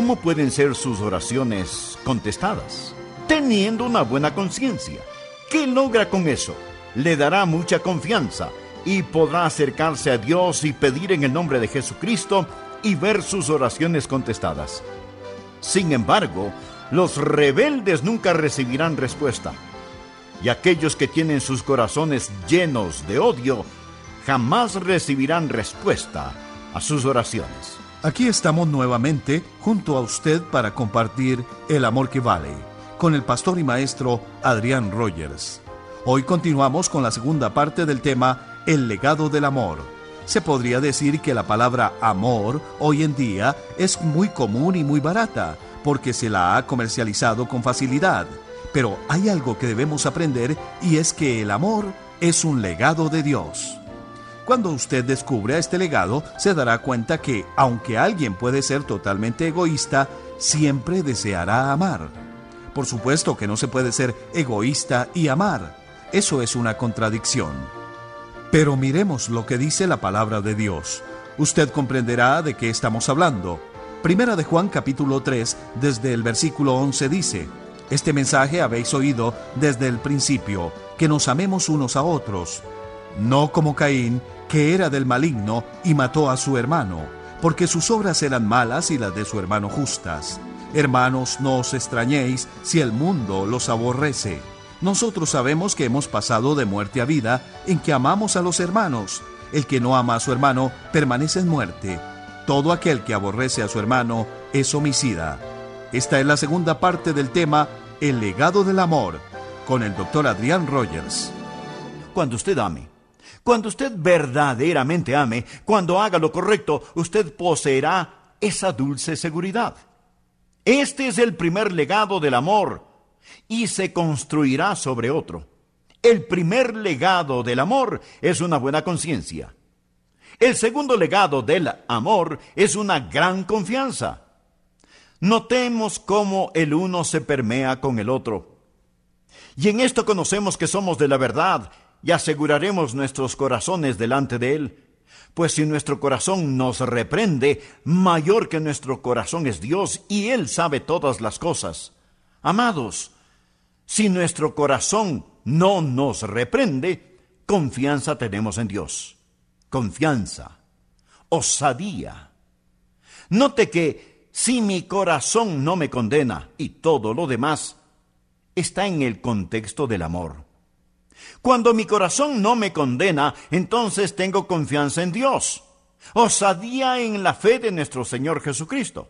¿Cómo pueden ser sus oraciones contestadas? Teniendo una buena conciencia. ¿Qué logra con eso? Le dará mucha confianza y podrá acercarse a Dios y pedir en el nombre de Jesucristo y ver sus oraciones contestadas. Sin embargo, los rebeldes nunca recibirán respuesta, y aquellos que tienen sus corazones llenos de odio jamás recibirán respuesta a sus oraciones. Aquí estamos nuevamente junto a usted para compartir el amor que vale, con el pastor y maestro Adrián Rogers. Hoy continuamos con la segunda parte del tema, el legado del amor. Se podría decir que la palabra amor hoy en día es muy común y muy barata, porque se la ha comercializado con facilidad. Pero hay algo que debemos aprender, y es que el amor es un legado de Dios. Cuando usted descubre este legado, se dará cuenta que, aunque alguien puede ser totalmente egoísta, siempre deseará amar. Por supuesto que no se puede ser egoísta y amar. Eso es una contradicción. Pero miremos lo que dice la palabra de Dios. Usted comprenderá de qué estamos hablando. Primera de Juan capítulo 3, desde el versículo 11 dice: Este mensaje habéis oído desde el principio, que nos amemos unos a otros. No como Caín, que era del maligno y mató a su hermano, porque sus obras eran malas y las de su hermano justas. Hermanos, no os extrañéis si el mundo los aborrece. Nosotros sabemos que hemos pasado de muerte a vida en que amamos a los hermanos. El que no ama a su hermano permanece en muerte. Todo aquel que aborrece a su hermano es homicida. Esta es la segunda parte del tema, el legado del amor, con el doctor Adrián Rogers. Cuando usted ame, cuando usted verdaderamente ame, cuando haga lo correcto, usted poseerá esa dulce seguridad. Este es el primer legado del amor y se construirá sobre otro. El primer legado del amor es una buena conciencia. El segundo legado del amor es una gran confianza. Notemos cómo el uno se permea con el otro. Y en esto conocemos que somos de la verdad y aseguraremos nuestros corazones delante de Él. Pues si nuestro corazón nos reprende, mayor que nuestro corazón es Dios, y Él sabe todas las cosas. Amados, si nuestro corazón no nos reprende, confianza tenemos en Dios. Confianza, osadía. Note que si mi corazón no me condena y todo lo demás está en el contexto del amor. Cuando mi corazón no me condena, entonces tengo confianza en Dios, osadía en la fe de nuestro Señor Jesucristo.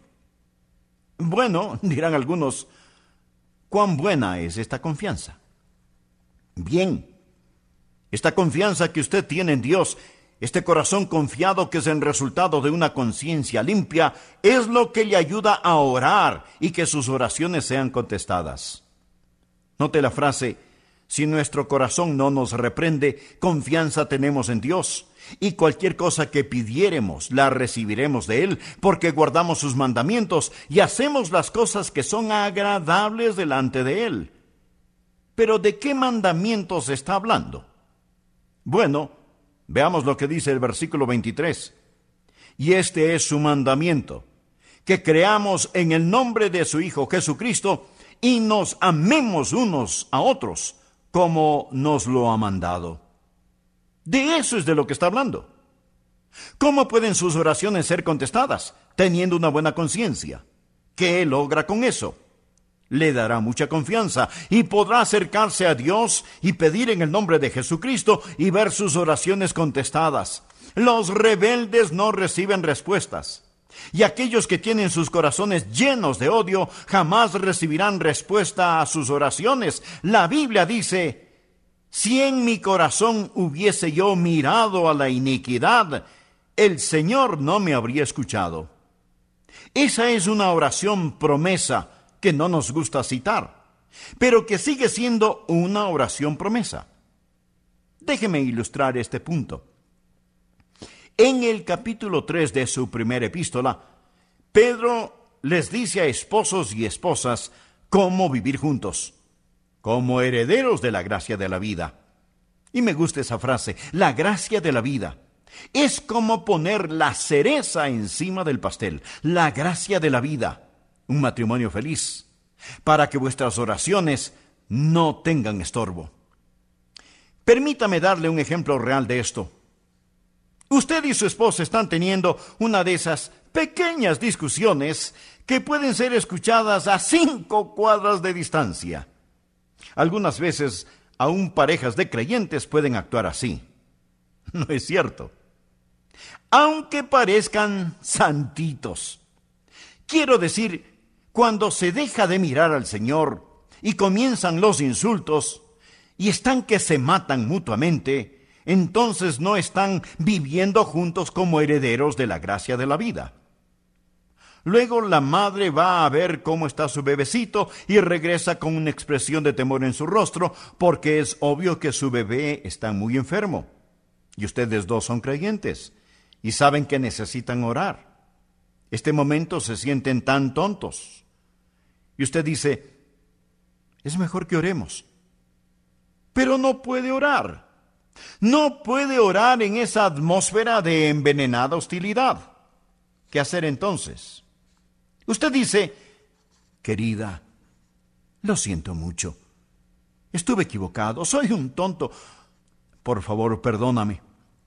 Bueno, dirán algunos, ¿cuán buena es esta confianza? Bien, esta confianza que usted tiene en Dios, este corazón confiado que es el resultado de una conciencia limpia, es lo que le ayuda a orar y que sus oraciones sean contestadas. Note la frase: si nuestro corazón no nos reprende, confianza tenemos en Dios, y cualquier cosa que pidiéremos la recibiremos de Él, porque guardamos sus mandamientos y hacemos las cosas que son agradables delante de Él. ¿Pero de qué mandamientos está hablando? Bueno, veamos lo que dice el versículo 23. Y este es su mandamiento, que creamos en el nombre de su Hijo Jesucristo y nos amemos unos a otros, como nos lo ha mandado. De eso es de lo que está hablando. ¿Cómo pueden sus oraciones ser contestadas? Teniendo una buena conciencia. ¿Qué logra con eso? Le dará mucha confianza y podrá acercarse a Dios y pedir en el nombre de Jesucristo y ver sus oraciones contestadas. Los rebeldes no reciben respuestas. Y aquellos que tienen sus corazones llenos de odio jamás recibirán respuesta a sus oraciones. La Biblia dice: si en mi corazón hubiese yo mirado a la iniquidad, el Señor no me habría escuchado. Esa es una oración promesa que no nos gusta citar, pero que sigue siendo una oración promesa. Déjeme ilustrar este punto. En el capítulo 3 de su primera epístola, Pedro les dice a esposos y esposas cómo vivir juntos, como herederos de la gracia de la vida. Y me gusta esa frase, la gracia de la vida. Es como poner la cereza encima del pastel, la gracia de la vida. un matrimonio feliz, para que vuestras oraciones no tengan estorbo. Permítame darle un ejemplo real de esto. Usted y su esposa están teniendo una de esas pequeñas discusiones que pueden ser escuchadas a 5 cuadras de distancia. Algunas veces, aún parejas de creyentes pueden actuar así. ¿No es cierto? Aunque parezcan santitos. Quiero decir, cuando se deja de mirar al Señor y comienzan los insultos y están que se matan mutuamente, entonces no están viviendo juntos como herederos de la gracia de la vida. Luego la madre va a ver cómo está su bebecito y regresa con una expresión de temor en su rostro, porque es obvio que su bebé está muy enfermo. Y ustedes dos son creyentes y saben que necesitan orar. Este momento se sienten tan tontos. Y usted dice, es mejor que oremos. Pero no puede orar. No puede orar en esa atmósfera de envenenada hostilidad. ¿Qué hacer entonces? Usted dice, querida, lo siento mucho. Estuve equivocado, soy un tonto. Por favor, perdóname.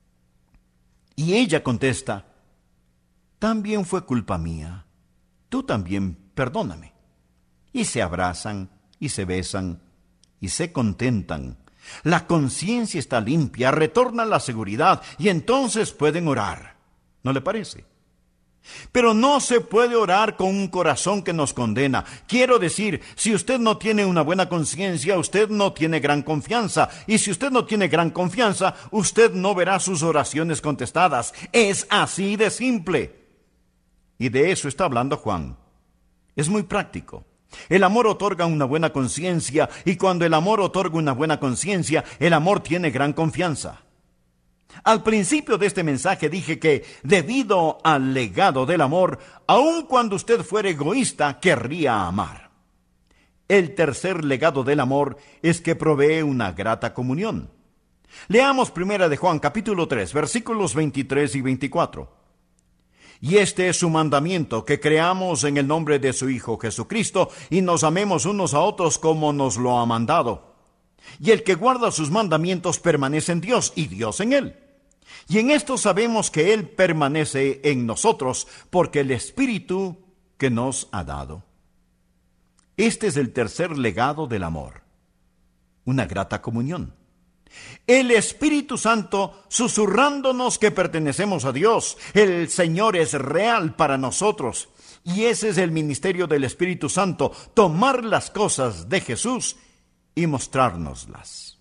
Y ella contesta, también fue culpa mía. Tú también perdóname. Y se abrazan, y se besan, y se contentan. La conciencia está limpia, retorna la seguridad, y entonces pueden orar. ¿No le parece? Pero no se puede orar con un corazón que nos condena. Quiero decir, si usted no tiene una buena conciencia, usted no tiene gran confianza. Y si usted no tiene gran confianza, usted no verá sus oraciones contestadas. Es así de simple. Y de eso está hablando Juan. Es muy práctico. El amor otorga una buena conciencia, y cuando el amor otorga una buena conciencia, el amor tiene gran confianza. Al principio de este mensaje dije que, debido al legado del amor, aun cuando usted fuera egoísta, querría amar. El tercer legado del amor es que provee una grata comunión. Leamos 1 de Juan capítulo 3, versículos 23 y 24. Y este es su mandamiento, que creamos en el nombre de su Hijo Jesucristo, y nos amemos unos a otros como nos lo ha mandado. Y el que guarda sus mandamientos permanece en Dios, y Dios en él. Y en esto sabemos que Él permanece en nosotros, porque el Espíritu que nos ha dado. Este es el tercer legado del amor, una grata comunión. El Espíritu Santo susurrándonos que pertenecemos a Dios. El Señor es real para nosotros. Y ese es el ministerio del Espíritu Santo, tomar las cosas de Jesús y mostrárnoslas.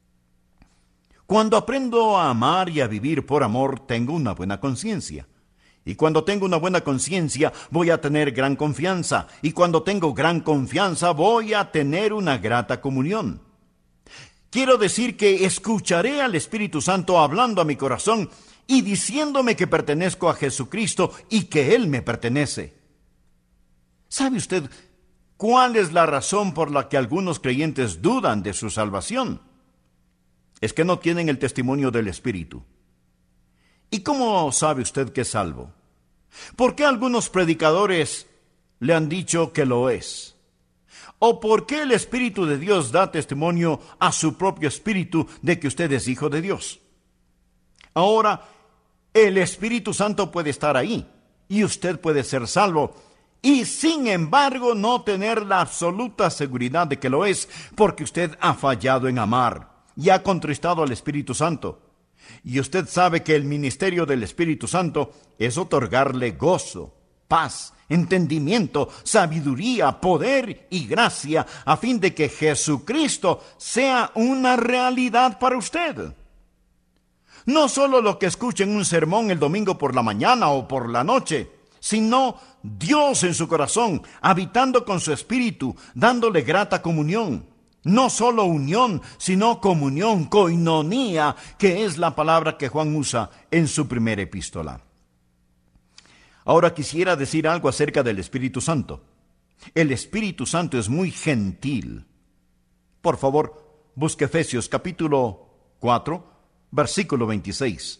Cuando aprendo a amar y a vivir por amor, tengo una buena conciencia. Y cuando tengo una buena conciencia, voy a tener gran confianza. Y cuando tengo gran confianza, voy a tener una grata comunión. Quiero decir que escucharé al Espíritu Santo hablando a mi corazón y diciéndome que pertenezco a Jesucristo y que Él me pertenece. ¿Sabe usted cuál es la razón por la que algunos creyentes dudan de su salvación? Es que no tienen el testimonio del Espíritu. ¿Y cómo sabe usted que es salvo? ¿Por qué algunos predicadores le han dicho que lo es? ¿O por qué el Espíritu de Dios da testimonio a su propio espíritu de que usted es hijo de Dios? Ahora, el Espíritu Santo puede estar ahí y usted puede ser salvo y sin embargo no tener la absoluta seguridad de que lo es, porque usted ha fallado en amar y ha contristado al Espíritu Santo. Y usted sabe que el ministerio del Espíritu Santo es otorgarle gozo, paz, entendimiento, sabiduría, poder y gracia, a fin de que Jesucristo sea una realidad para usted. No solo lo que escuche en un sermón el domingo por la mañana o por la noche, sino Dios en su corazón, habitando con su espíritu, dándole grata comunión. No solo unión, sino comunión, koinonía, que es la palabra que Juan usa en su primera epístola. Ahora quisiera decir algo acerca del Espíritu Santo. El Espíritu Santo es muy gentil. Por favor, busque Efesios capítulo 4, versículo 26.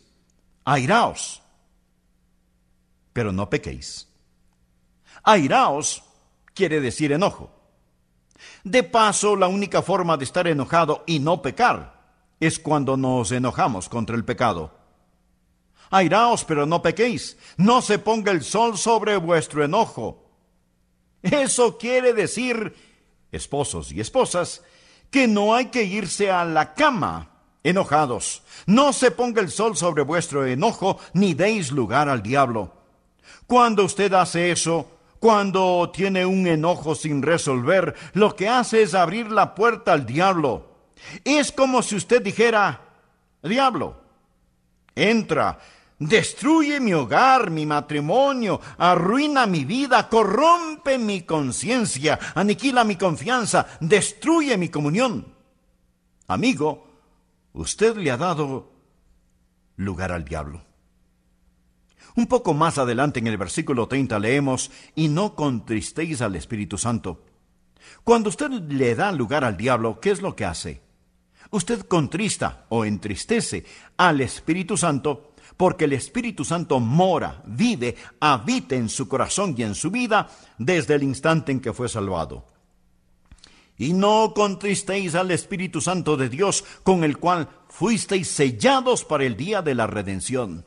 Airaos, pero no pequéis. Airaos quiere decir enojo. De paso, la única forma de estar enojado y no pecar es cuando nos enojamos contra el pecado. Airaos, pero no pequéis. No se ponga el sol sobre vuestro enojo. Eso quiere decir, esposos y esposas, que no hay que irse a la cama enojados. No se ponga el sol sobre vuestro enojo, ni deis lugar al diablo. Cuando usted hace eso, cuando tiene un enojo sin resolver, lo que hace es abrir la puerta al diablo. Es como si usted dijera: diablo, entra, destruye mi hogar, mi matrimonio, arruina mi vida, corrompe mi conciencia, aniquila mi confianza, destruye mi comunión. Amigo, usted le ha dado lugar al diablo. Un poco más adelante en el versículo 30 leemos: y no contristéis al Espíritu Santo. Cuando usted le da lugar al diablo, ¿qué es lo que hace? Usted contrista o entristece al Espíritu Santo, porque el Espíritu Santo mora, vive, habita en su corazón y en su vida desde el instante en que fue salvado. Y no contristéis al Espíritu Santo de Dios, con el cual fuisteis sellados para el día de la redención.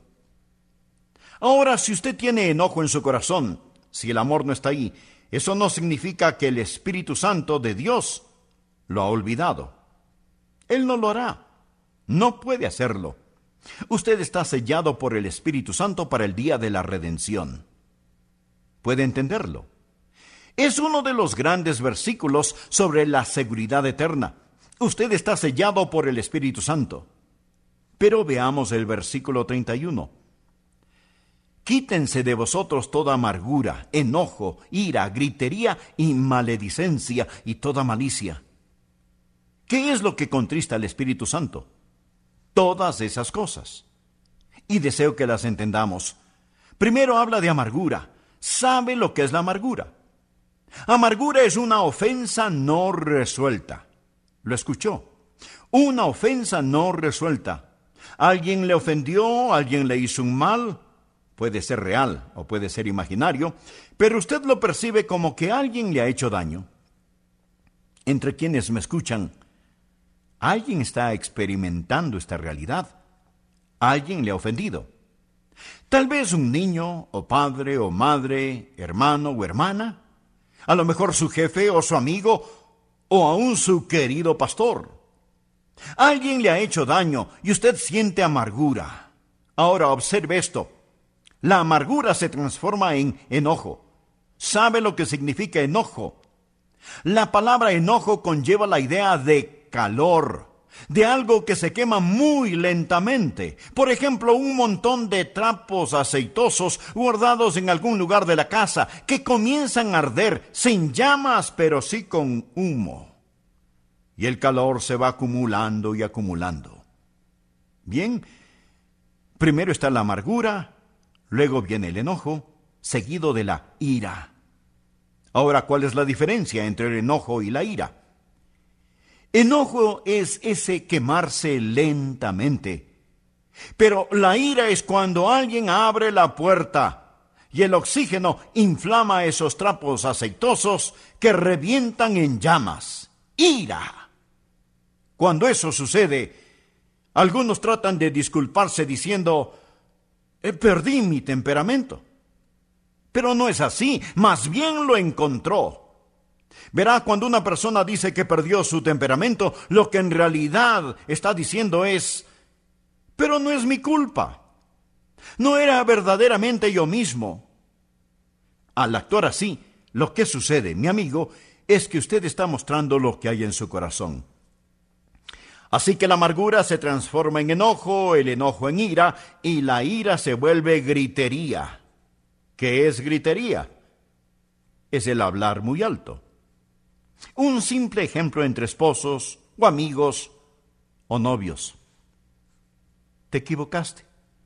Ahora, si usted tiene enojo en su corazón, si el amor no está ahí, eso no significa que el Espíritu Santo de Dios lo ha olvidado. Él no lo hará. No puede hacerlo. Usted está sellado por el Espíritu Santo para el día de la redención. ¿Puede entenderlo? Es uno de los grandes versículos sobre la seguridad eterna. Usted está sellado por el Espíritu Santo. Pero veamos el versículo 31. Quítense de vosotros toda amargura, enojo, ira, gritería y maledicencia y toda malicia. ¿Qué es lo que contrista al Espíritu Santo? Todas esas cosas. Y deseo que las entendamos. Primero habla de amargura. ¿Sabe lo que es la amargura? Amargura es una ofensa no resuelta. ¿Lo escuchó? Una ofensa no resuelta. Alguien le ofendió, alguien le hizo un mal. Puede ser real o puede ser imaginario, pero usted lo percibe como que alguien le ha hecho daño. Entre quienes me escuchan, alguien está experimentando esta realidad. Alguien le ha ofendido. Tal vez un niño, o padre, o madre, hermano o hermana. A lo mejor su jefe o su amigo, o aún su querido pastor. Alguien le ha hecho daño y usted siente amargura. Ahora observe esto. La amargura se transforma en enojo. ¿Sabe lo que significa enojo? La palabra enojo conlleva la idea de calor, de algo que se quema muy lentamente. Por ejemplo, un montón de trapos aceitosos guardados en algún lugar de la casa que comienzan a arder sin llamas, pero sí con humo. Y el calor se va acumulando y acumulando. Bien, primero está la amargura, luego viene el enojo, seguido de la ira. Ahora, ¿cuál es la diferencia entre el enojo y la ira? Enojo es ese quemarse lentamente. Pero la ira es cuando alguien abre la puerta y el oxígeno inflama esos trapos aceitosos que revientan en llamas. ¡Ira! Cuando eso sucede, algunos tratan de disculparse diciendo: perdí mi temperamento. Pero no es así, más bien lo encontró. Verá, cuando una persona dice que perdió su temperamento, lo que en realidad está diciendo es: pero no es mi culpa. No era verdaderamente yo mismo. Al actuar así, lo que sucede, mi amigo, es que usted está mostrando lo que hay en su corazón. Así que la amargura se transforma en enojo, el enojo en ira, y la ira se vuelve gritería. ¿Qué es gritería? Es el hablar muy alto. Un simple ejemplo entre esposos, o amigos, o novios. Te equivocaste.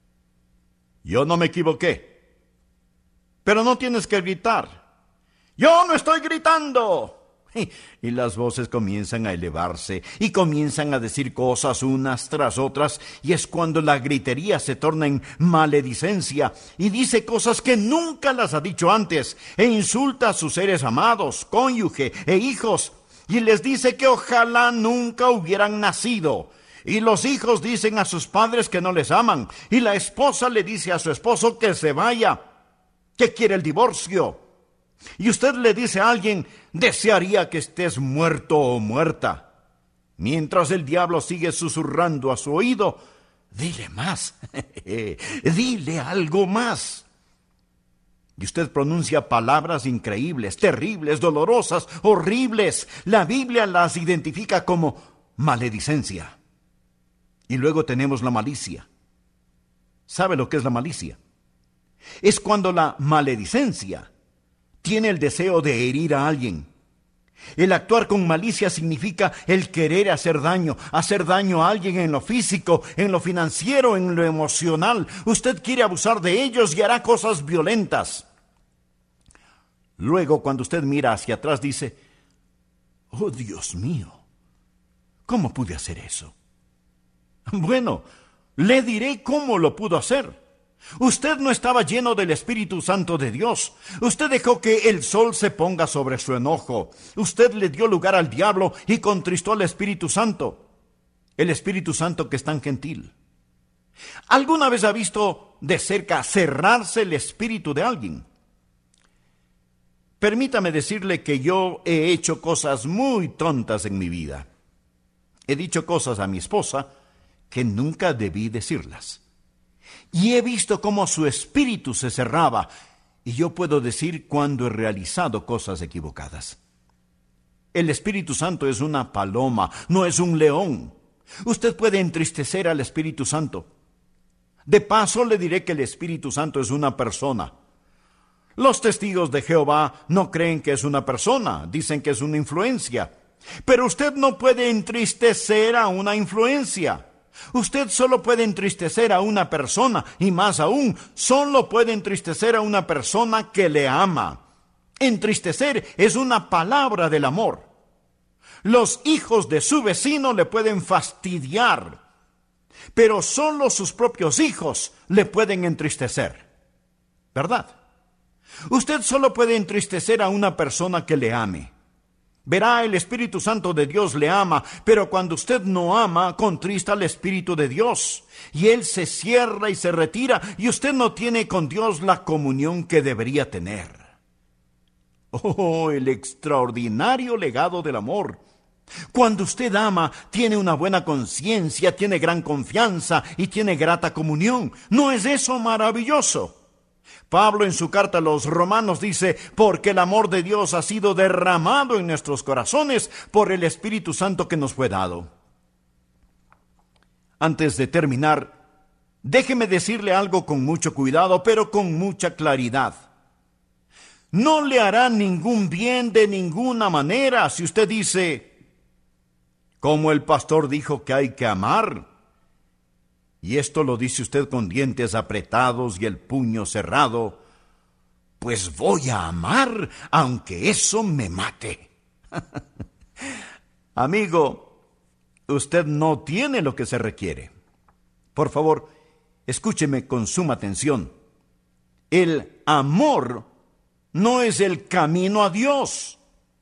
Yo no me equivoqué. Pero no tienes que gritar. Yo no estoy gritando. Y las voces comienzan a elevarse y comienzan a decir cosas unas tras otras, y es cuando la gritería se torna en maledicencia y dice cosas que nunca las ha dicho antes, e insulta a sus seres amados, cónyuge e hijos, y les dice que ojalá nunca hubieran nacido. Y los hijos dicen a sus padres que no les aman, y la esposa le dice a su esposo que se vaya, que quiere el divorcio. Y usted le dice a alguien: desearía que estés muerto o muerta. Mientras el diablo sigue susurrando a su oído: dile más, dile algo más. Y usted pronuncia palabras increíbles, terribles, dolorosas, horribles. La Biblia las identifica como maledicencia. Y luego tenemos la malicia. ¿Sabe lo que es la malicia? Es cuando la maledicencia tiene el deseo de herir a alguien. El actuar con malicia significa el querer hacer daño a alguien en lo físico, en lo financiero, en lo emocional. Usted quiere abusar de ellos y hará cosas violentas. Luego, cuando usted mira hacia atrás, dice: oh, Dios mío, ¿cómo pude hacer eso? Bueno, le diré cómo lo pudo hacer. Usted no estaba lleno del Espíritu Santo de Dios. Usted dejó que el sol se ponga sobre su enojo. Usted le dio lugar al diablo y contristó al Espíritu Santo. El Espíritu Santo que es tan gentil. ¿Alguna vez ha visto de cerca cerrarse el espíritu de alguien? Permítame decirle que yo he hecho cosas muy tontas en mi vida. He dicho cosas a mi esposa que nunca debí decirlas. Y he visto cómo su espíritu se cerraba, y yo puedo decir cuando he realizado cosas equivocadas. El Espíritu Santo es una paloma, no es un león. Usted puede entristecer al Espíritu Santo. De paso, le diré que el Espíritu Santo es una persona. Los testigos de Jehová no creen que es una persona, dicen que es una influencia. Pero usted no puede entristecer a una influencia. Usted solo puede entristecer a una persona, y más aún, solo puede entristecer a una persona que le ama. Entristecer es una palabra del amor. Los hijos de su vecino le pueden fastidiar, pero solo sus propios hijos le pueden entristecer. ¿Verdad? Usted solo puede entristecer a una persona que le ame. Verá, el Espíritu Santo de Dios le ama, pero cuando usted no ama, contrista al Espíritu de Dios. Y Él se cierra y se retira, y usted no tiene con Dios la comunión que debería tener. Oh, el extraordinario legado del amor. Cuando usted ama, tiene una buena conciencia, tiene gran confianza y tiene grata comunión. ¿No es eso maravilloso? Pablo en su carta a los Romanos dice: porque el amor de Dios ha sido derramado en nuestros corazones por el Espíritu Santo que nos fue dado. Antes de terminar, déjeme decirle algo con mucho cuidado, pero con mucha claridad. No le hará ningún bien de ninguna manera si usted dice: como el pastor dijo que hay que amar, y esto lo dice usted con dientes apretados y el puño cerrado, pues voy a amar aunque eso me mate. Amigo, usted no tiene lo que se requiere. Por favor, escúcheme con suma atención. El amor no es el camino a Dios.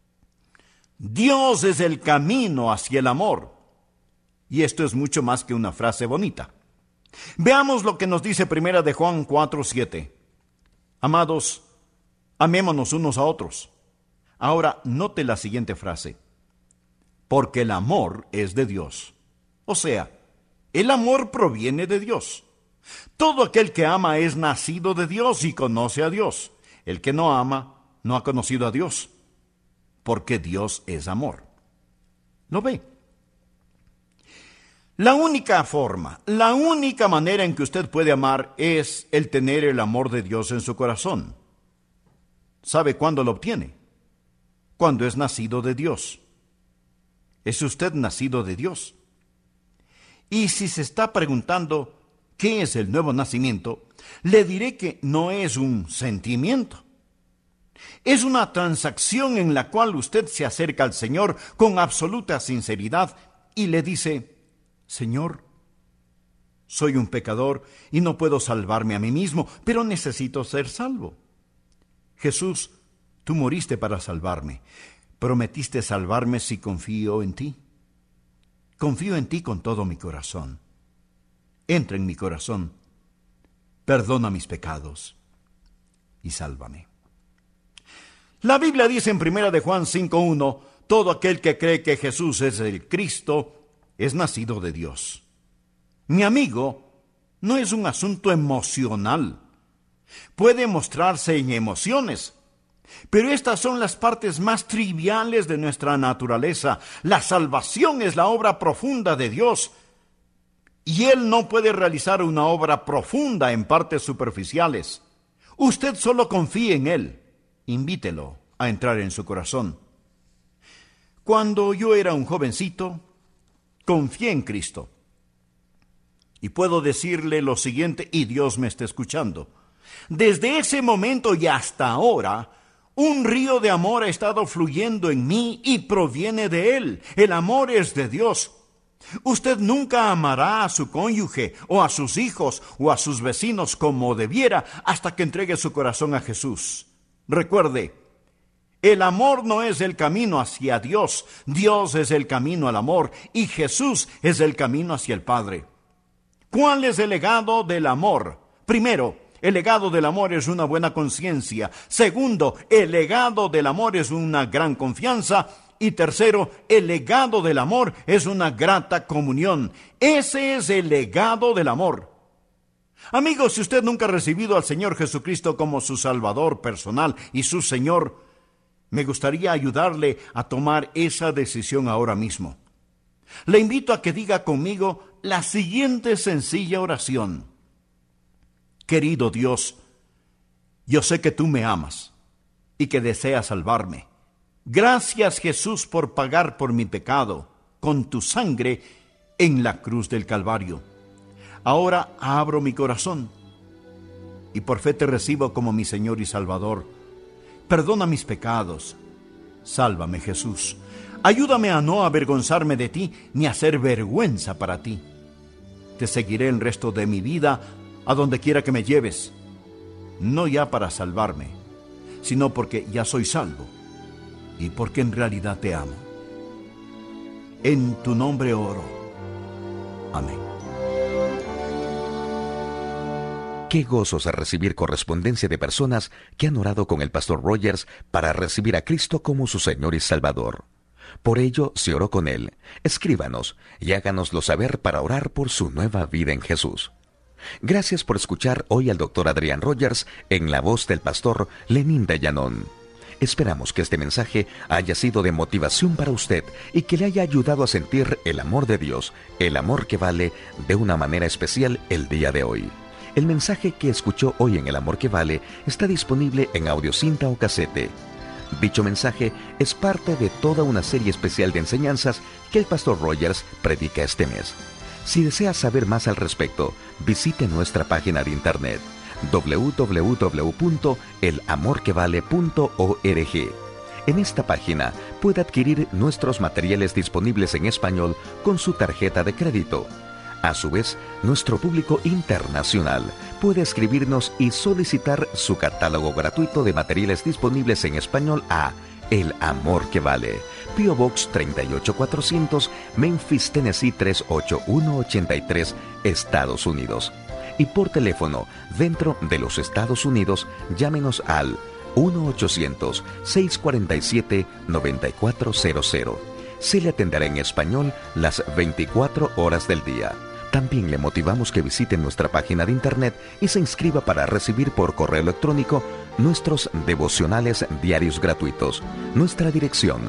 Dios es el camino hacia el amor. Y esto es mucho más que una frase bonita. Veamos lo que nos dice Primera de Juan 4:7. Amados, amémonos unos a otros. Ahora, note la siguiente frase. Porque el amor es de Dios. O sea, el amor proviene de Dios. Todo aquel que ama es nacido de Dios y conoce a Dios. El que no ama no ha conocido a Dios, porque Dios es amor. ¿Lo ve? La única forma, la única manera en que usted puede amar es el tener el amor de Dios en su corazón. ¿Sabe cuándo lo obtiene? Cuando es nacido de Dios. ¿Es usted nacido de Dios? Y si se está preguntando qué es el nuevo nacimiento, le diré que no es un sentimiento. Es una transacción en la cual usted se acerca al Señor con absoluta sinceridad y le dice: Señor, soy un pecador y no puedo salvarme a mí mismo, pero necesito ser salvo. Jesús, tú moriste para salvarme. Prometiste salvarme si confío en ti. Confío en ti con todo mi corazón. Entra en mi corazón, perdona mis pecados y sálvame. La Biblia dice en 1 de Juan 5:1, todo aquel que cree que Jesús es el Cristo es nacido de Dios. Mi amigo, no es un asunto emocional. Puede mostrarse en emociones, pero estas son las partes más triviales de nuestra naturaleza. La salvación es la obra profunda de Dios, y Él no puede realizar una obra profunda en partes superficiales. Usted solo confíe en Él. Invítelo a entrar en su corazón. Cuando yo era un jovencito, confié en Cristo. Y puedo decirle lo siguiente, y Dios me está escuchando. Desde ese momento y hasta ahora, un río de amor ha estado fluyendo en mí y proviene de Él. El amor es de Dios. Usted nunca amará a su cónyuge o a sus hijos o a sus vecinos como debiera hasta que entregue su corazón a Jesús. Recuerde, el amor no es el camino hacia Dios. Dios es el camino al amor y Jesús es el camino hacia el Padre. ¿Cuál es el legado del amor? Primero, el legado del amor es una buena conciencia. Segundo, el legado del amor es una gran confianza. Y tercero, el legado del amor es una grata comunión. Ese es el legado del amor. Amigos, si usted nunca ha recibido al Señor Jesucristo como su Salvador personal y su Señor, me gustaría ayudarle a tomar esa decisión ahora mismo. Le invito a que diga conmigo la siguiente sencilla oración. Querido Dios, yo sé que tú me amas y que deseas salvarme. Gracias, Jesús, por pagar por mi pecado con tu sangre en la cruz del Calvario. Ahora abro mi corazón y por fe te recibo como mi Señor y Salvador. Perdona mis pecados. Sálvame, Jesús. Ayúdame a no avergonzarme de ti ni a hacer vergüenza para ti. Te seguiré el resto de mi vida a donde quiera que me lleves, no ya para salvarme, sino porque ya soy salvo y porque en realidad te amo. En tu nombre oro. Amén. Qué gozo es recibir correspondencia de personas que han orado con el pastor Rogers para recibir a Cristo como su Señor y Salvador. Por ello, si oró con él, escríbanos y háganoslo saber para orar por su nueva vida en Jesús. Gracias por escuchar hoy al Dr. Adrián Rogers en la voz del pastor Lenín de Llanón. Esperamos que este mensaje haya sido de motivación para usted y que le haya ayudado a sentir el amor de Dios, el amor que vale, de una manera especial el día de hoy. El mensaje que escuchó hoy en El Amor que Vale está disponible en audiocinta o casete. Dicho mensaje es parte de toda una serie especial de enseñanzas que el pastor Rogers predica este mes. Si desea saber más al respecto, visite nuestra página de internet www.elamorquevale.org. En esta página puede adquirir nuestros materiales disponibles en español con su tarjeta de crédito. A su vez, nuestro público internacional puede escribirnos y solicitar su catálogo gratuito de materiales disponibles en español a El Amor que Vale, P.O. Box 38400, Memphis, Tennessee 38183, Estados Unidos. Y por teléfono, dentro de los Estados Unidos, llámenos al 1-800-647-9400. Se le atenderá en español las 24 horas del día. También le motivamos que visite nuestra página de internet y se inscriba para recibir por correo electrónico nuestros devocionales diarios gratuitos. Nuestra dirección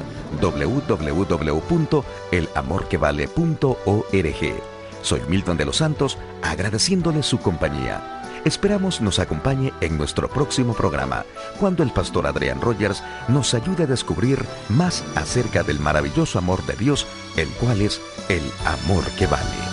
www.elamorquevale.org. Soy Milton de los Santos, agradeciéndole su compañía. Esperamos nos acompañe en nuestro próximo programa, cuando el pastor Adrián Rogers nos ayude a descubrir más acerca del maravilloso amor de Dios, el cual es el amor que vale.